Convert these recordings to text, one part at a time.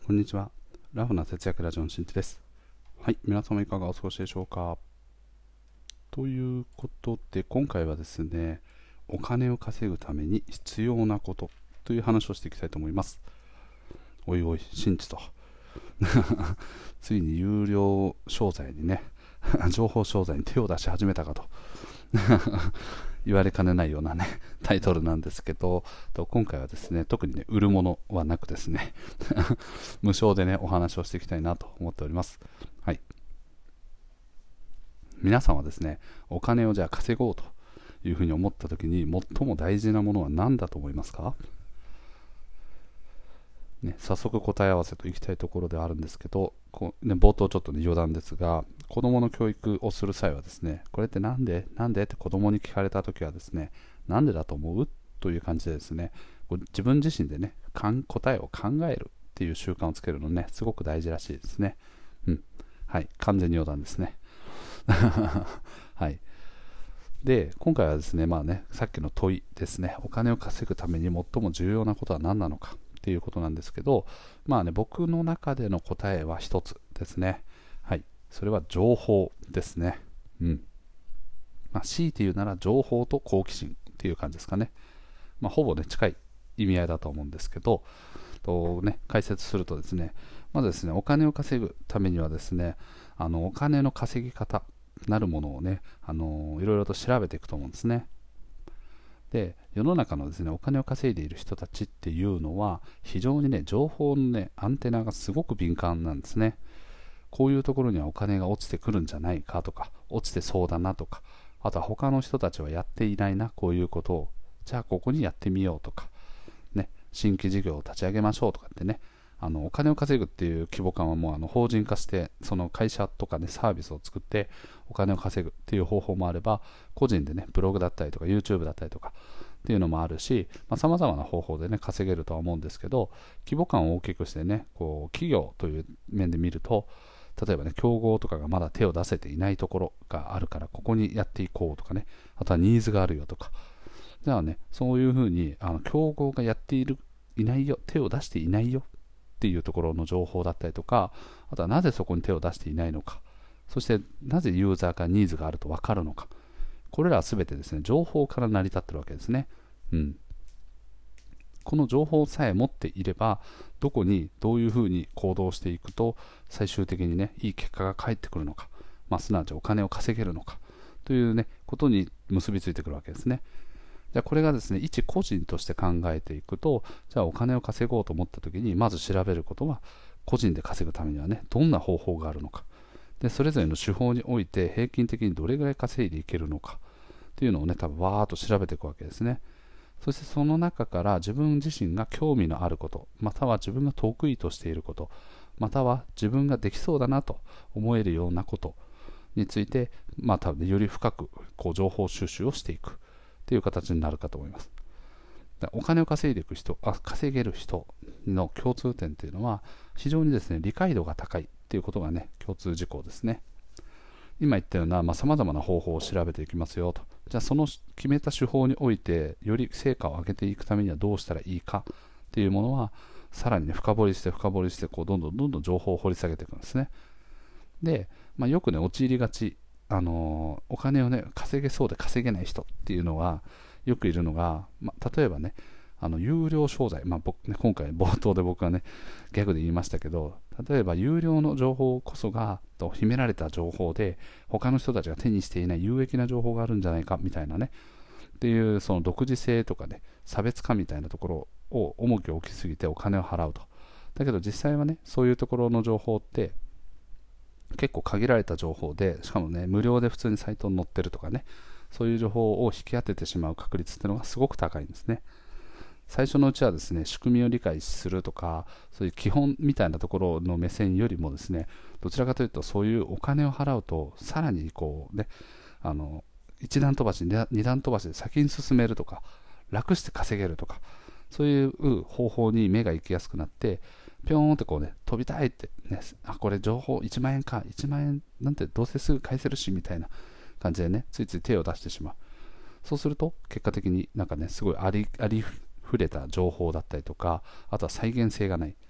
こんにちは。ラフな節約ラジオのしんちです。はい、皆様いかがお過ごしでしょうか。ということで、今回はですね、お金を稼ぐために必要なことという話をしていきたいと思います。おいおい、しんちと。ついに有料商材にね、情報商材に手を出し始めたかと言われかねないようなねタイトルなんですけど、今回はですね、特にね売るものはなくですね無償でねお話をしていきたいなと思っております。はい、皆さんはですね、お金をじゃあ稼ごうというふうに思った時に最も大事なものは何だと思いますかね。早速答え合わせといきたいところではあるんですけど、冒頭ちょっとね余談ですが、子供の教育をする際はですね、これってなんでって子供に聞かれた時はですね、なんでだと思うという感じでですね、自分自身でね答えを考えるっていう習慣をつけるのね、すごく大事らしいですね。はい、完全に余談ですね。はい。で、今回はですね、さっきの問いですね、お金を稼ぐために最も重要なことは何なのかっていうことなんですけど、僕の中での答えは一つですね。はい。それは情報ですね。強いて言うなら情報と好奇心っていう感じですかね。ほぼね、近い意味合いだと思うんですけど、解説するとですね、まずですね、お金を稼ぐためにはですね、お金の稼ぎ方なるものをね、いろいろと調べていくと思うんですね。で、世の中のですね、お金を稼いでいる人たちっていうのは、非常にね、情報のね、アンテナがすごく敏感なんですね。こういうところにはお金が落ちてくるんじゃないかとか、落ちてそうだなとか、あとは他の人たちはやっていないな、こういうことを、じゃあここにやってみようとか、ね、新規事業を立ち上げましょうとかってね、お金を稼ぐっていう規模感はもう法人化して、その会社とかね、サービスを作ってお金を稼ぐっていう方法もあれば、個人でね、ブログだったりとか YouTube だったりとかっていうのもあるし、さまざ、まな方法でね、稼げるとは思うんですけど、規模感を大きくしてね、企業という面で見ると、例えばね、競合とかがまだ手を出せていないところがあるから、ここにやっていこうとかね、あとはニーズがあるよとか、じゃあね、そういうふうに競合がやっていないよ、手を出していないよっていうところの情報だったりとか、あとはなぜそこに手を出していないのか、そしてなぜユーザーからニーズがあると分かるのか、これらは全てですね、情報から成り立ってるわけですね。この情報さえ持っていれば、どこにどういうふうに行動していくと最終的にね、いい結果が返ってくるのか、すなわちお金を稼げるのかというね、ことに結びついてくるわけですね。じゃあこれがですね、一個人として考えていくと、じゃあお金を稼ごうと思った時にまず調べることは、個人で稼ぐためにはね、どんな方法があるのか、でそれぞれの手法において平均的にどれぐらい稼いでいけるのかっていうのをね、多分わーっと調べていくわけですね。そしてその中から自分自身が興味のあること、または自分が得意としていること、または自分ができそうだなと思えるようなことについて、多分ね、より深く情報収集をしていくっていう形になるかと思います。お金を稼いでいく人、稼げる人の共通点というのは、非常にですね、理解度が高いっていうことがね、共通事項ですね。今言ったようなさまざ、まな方法を調べていきますよと。じゃあその決めた手法においてより成果を上げていくためにはどうしたらいいかっていうものは、さらにね、深掘りしてどんどん情報を掘り下げていくんですね。で、よくね陥りがち、お金をね稼げそうで稼げない人っていうのはよくいるのが、例えばね、有料商材、今回冒頭で僕はねギャグで言いましたけど、例えば有料の情報こそが秘められた情報で、他の人たちが手にしていない有益な情報があるんじゃないかみたいなね、っていうその独自性とかね、差別化みたいなところを重きを置きすぎてお金を払うと。だけど実際はね、そういうところの情報って結構限られた情報で、しかもね無料で普通にサイトに載ってるとかね、そういう情報を引き当ててしまう確率っていうのがすごく高いんですね。最初のうちはですね、仕組みを理解するとか、そういう基本みたいなところの目線よりもですね、どちらかというとそういうお金を払うとさらに一段飛ばし二段飛ばしで先に進めるとか、楽して稼げるとか、そういう方法に目が行きやすくなって、ぴょーんって飛びたいってね、これ情報1万円か、1万円なんてどうせすぐ返せるしみたいな感じでね、ついつい手を出してしまう。そうすると結果的にすごいありふれた情報だったりとか、あとは再現性がない、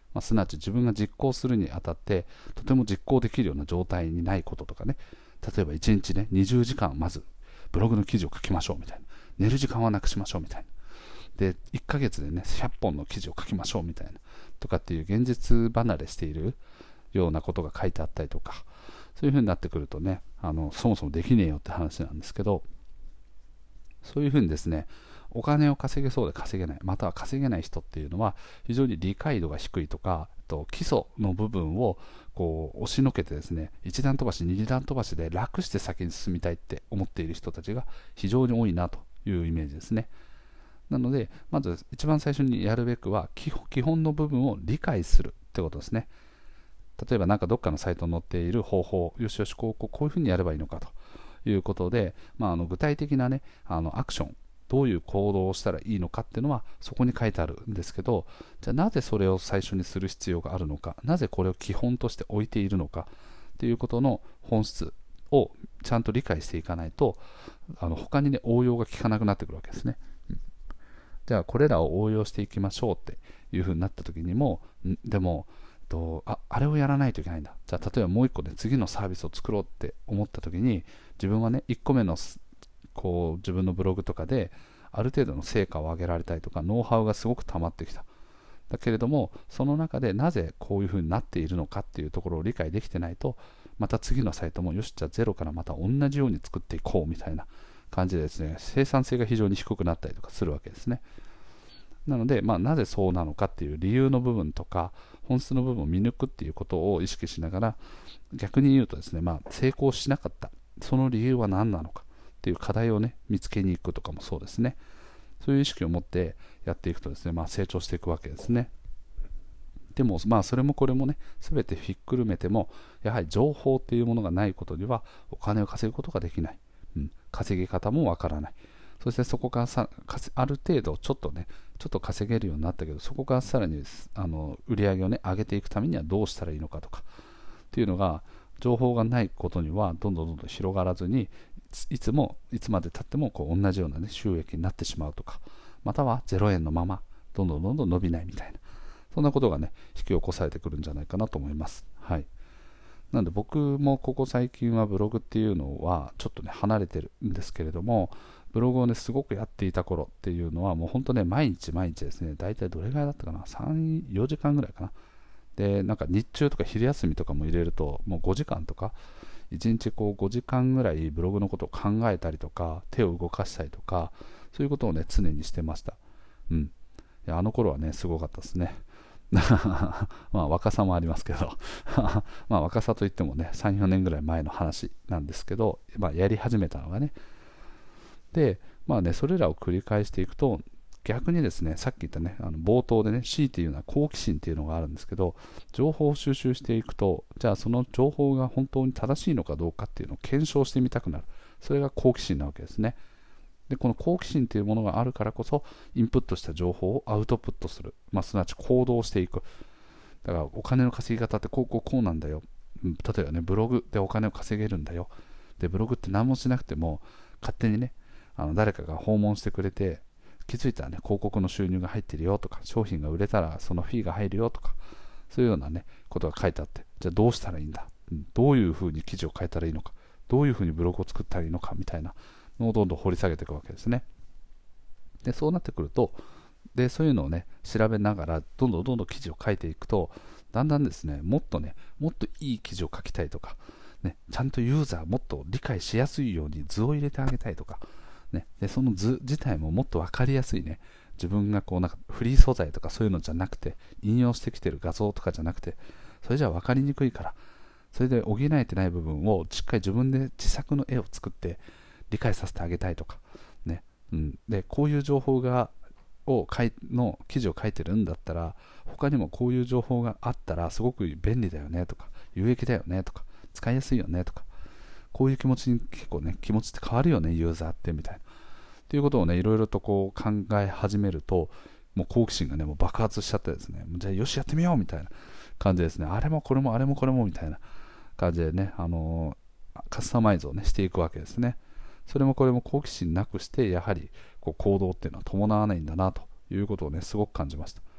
すなわち自分が実行するにあたってとても実行できるような状態にないこととかね、例えば1日ね20時間まずブログの記事を書きましょうみたいな、寝る時間はなくしましょうみたいな、で1ヶ月でね100本の記事を書きましょうみたいなとかっていう現実離れしているようなことが書いてあったりとか、そういう風になってくるとね、そもそもできねえよって話なんですけど、そういう風にですね、お金を稼げそうで稼げない、または稼げない人っていうのは非常に理解度が低いとか、基礎の部分をこう押しのけてですね、一段飛ばし二段飛ばしで楽して先に進みたいって思っている人たちが非常に多いなというイメージですね。なのでまず一番最初にやるべくは基本の部分を理解するってことですね。例えばどっかのサイトに載っている方法、よしよしこういうふうにやればいいのかということで、具体的なねアクション、どういう行動をしたらいいのかっていうのはそこに書いてあるんですけど、じゃあなぜそれを最初にする必要があるのか、なぜこれを基本として置いているのかっていうことの本質をちゃんと理解していかないと、他にね応用が効かなくなってくるわけですね。じゃあこれらを応用していきましょうっていうふうになった時にも、でもあれをやらないといけないんだ、じゃあ例えばもう一個で次のサービスを作ろうって思った時に、自分はね1個目の自分のブログとかである程度の成果を上げられたりとか、ノウハウがすごく溜まってきた。だけれどもその中でなぜこういうふうになっているのかっていうところを理解できてないと、また次のサイトもよし、じゃあゼロからまた同じように作っていこうみたいな感じでですね、生産性が非常に低くなったりとかするわけですね。なので、なぜそうなのかっていう理由の部分とか本質の部分を見抜くっていうことを意識しながら、逆に言うとですね、成功しなかったその理由は何なのかっていう課題をね見つけに行くとかもそうですね。そういう意識を持ってやっていくとですね、成長していくわけですね。でもそれもこれもね全てひっくるめても、やはり情報っていうものがないことにはお金を稼ぐことができない、稼ぎ方もわからない。そしてそこからある程度ちょっと稼げるようになったけど、そこからさらに売り上げをね上げていくためにはどうしたらいいのかとかっていうのが、情報がないことにはどんどん広がらずに、いつまでたっても同じような、ね、収益になってしまうとか、または0円のままどんどん伸びないみたいな、そんなことがね引き起こされてくるんじゃないかなと思います。はい。なので僕もここ最近はブログっていうのはちょっとね離れてるんですけれども、ブログをねすごくやっていた頃っていうのはもう本当ね毎日ですね、だいたいどれぐらいだったかな、3、4時間ぐらいかな。で日中とか昼休みとかも入れるともう5時間とか、1日5時間ぐらいブログのことを考えたりとか、手を動かしたりとか、そういうことをね常にしてました。いやあの頃はねすごかったですね。若さもありますけど若さといってもね3、4年ぐらい前の話なんですけど、やり始めたのがね。でそれらを繰り返していくと、逆にですね、さっき言ったね冒頭でね C っていうのは好奇心っていうのがあるんですけど、情報を収集していくと、じゃあその情報が本当に正しいのかどうかっていうのを検証してみたくなる。それが好奇心なわけですね。でこの好奇心というものがあるからこそ、インプットした情報をアウトプットする、すなわち行動していく。だからお金の稼ぎ方ってこうなんだよ。例えばねブログでお金を稼げるんだよ。でブログって何もしなくても勝手にね誰かが訪問してくれて、気づいたらね広告の収入が入ってるよとか、商品が売れたらそのフィーが入るよとか、そういうようなねことが書いてあって、じゃあどうしたらいいんだ、どういうふうに記事を書いたらいいのか、どういうふうにブログを作ったらいいのかみたいなのをどんどん掘り下げていくわけですね。でそうなってくると、そういうのをね調べながらどんどん記事を書いていくと、だんだんですねもっといい記事を書きたいとか、ちゃんとユーザーもっと理解しやすいように図を入れてあげたいとか、でその図自体ももっと分かりやすいね、自分がフリー素材とかそういうのじゃなくて、引用してきてる画像とかじゃなくて、それじゃ分かりにくいから、それで補えてない部分をしっかり自分で自作の絵を作って理解させてあげたいとか、でこういう情報の記事を書いてるんだったら、他にもこういう情報があったらすごく便利だよねとか、有益だよねとか、使いやすいよねとか、こういう気持ちに結構ね気持ちって変わるよねユーザーってみたいなっていうことをねいろいろと考え始めると、もう好奇心がねもう爆発しちゃってですね、じゃあよしやってみようみたいな感じですね。あれもこれもあれもこれもみたいな感じでね、カスタマイズをねしていくわけですね。それもこれも好奇心なくして、やはり行動っていうのは伴わないんだなということをねすごく感じました。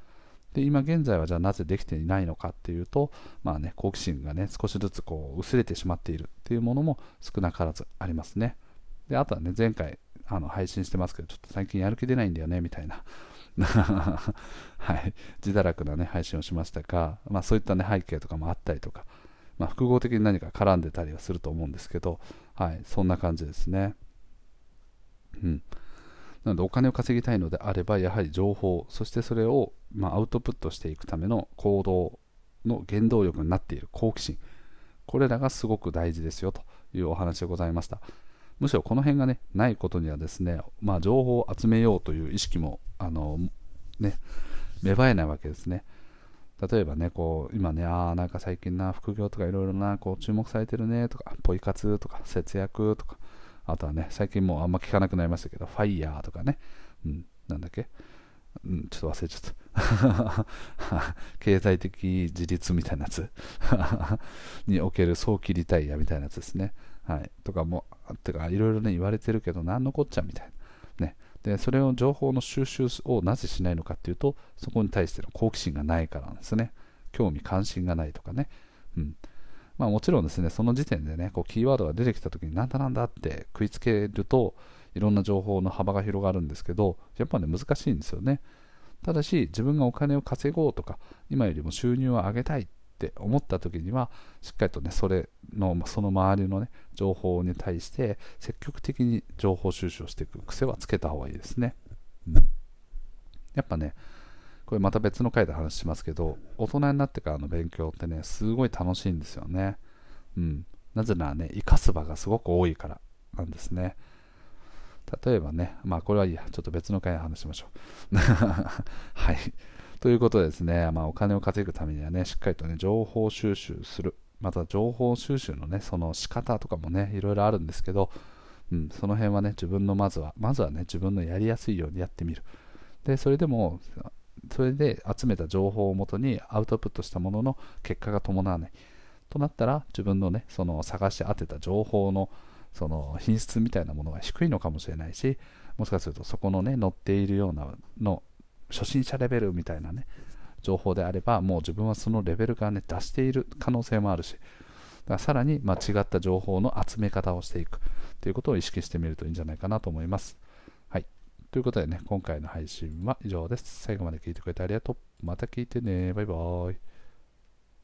で今現在はじゃあなぜできていないのかっていうと、好奇心がね少しずつ薄れてしまっているっていうものも少なからずありますね。であとはね、前回配信してますけど、ちょっと最近やる気出ないんだよねみたいなはい、自堕落な、ね、配信をしましたが、そういった、ね、背景とかもあったりとか、複合的に何か絡んでたりはすると思うんですけど、はい、そんな感じですね。なのでお金を稼ぎたいのであれば、やはり情報、そしてそれをアウトプットしていくための行動の原動力になっている好奇心、これらがすごく大事ですよというお話でございました。むしろこの辺が、ね、ないことにはですね、情報を集めようという意識も芽生えないわけですね。例えばね、今ね、なんか最近副業とかいろいろ注目されてるねとか、ポイ活とか節約とか、あとはね、最近もうあんま聞かなくなりましたけど、ファイヤーとかね、なんだっけ、ちょっと忘れちゃった経済的自立みたいなやつにおける早期リタイアみたいなやつですね、はい、とかもいろいろね言われてるけど、なんのこっちゃみたいなね。でそれを情報の収集をなぜしないのかっていうと、そこに対しての好奇心がないからなんですね。興味関心がないとかね、もちろんですね、その時点でねキーワードが出てきた時になんだなんだって食いつけると、いろんな情報の幅が広がるんですけど、やっぱね難しいんですよね。ただし自分がお金を稼ごうとか、今よりも収入を上げたいって思った時には、しっかりとねその周りのね情報に対して積極的に情報収集をしていく癖はつけた方がいいですね。やっぱね、これまた別の回で話しますけど、大人になってからの勉強ってねすごい楽しいんですよね。なぜならね、生かす場がすごく多いからなんですね。例えばね、これはいいや、ちょっと別の回で話しましょうはい、ということでですね、お金を稼ぐためにはね、しっかりとね情報収集する、また情報収集のねその仕方とかもねいろいろあるんですけど、その辺はね自分のまずはね自分のやりやすいようにやってみる。でそれで集めた情報をもとにアウトプットしたものの結果が伴わないとなったら、自分のねその探し当てた情報のその品質みたいなものが低いのかもしれないし、もしかするとそこのね載っているようなの初心者レベルみたいなね情報であれば、もう自分はそのレベルからね出している可能性もあるし、だからさらに違った情報の集め方をしていくということを意識してみるといいんじゃないかなと思います。はい、ということでね、今回の配信は以上です。最後まで聞いてくれてありがとう。また聞いてね。バイバーイ。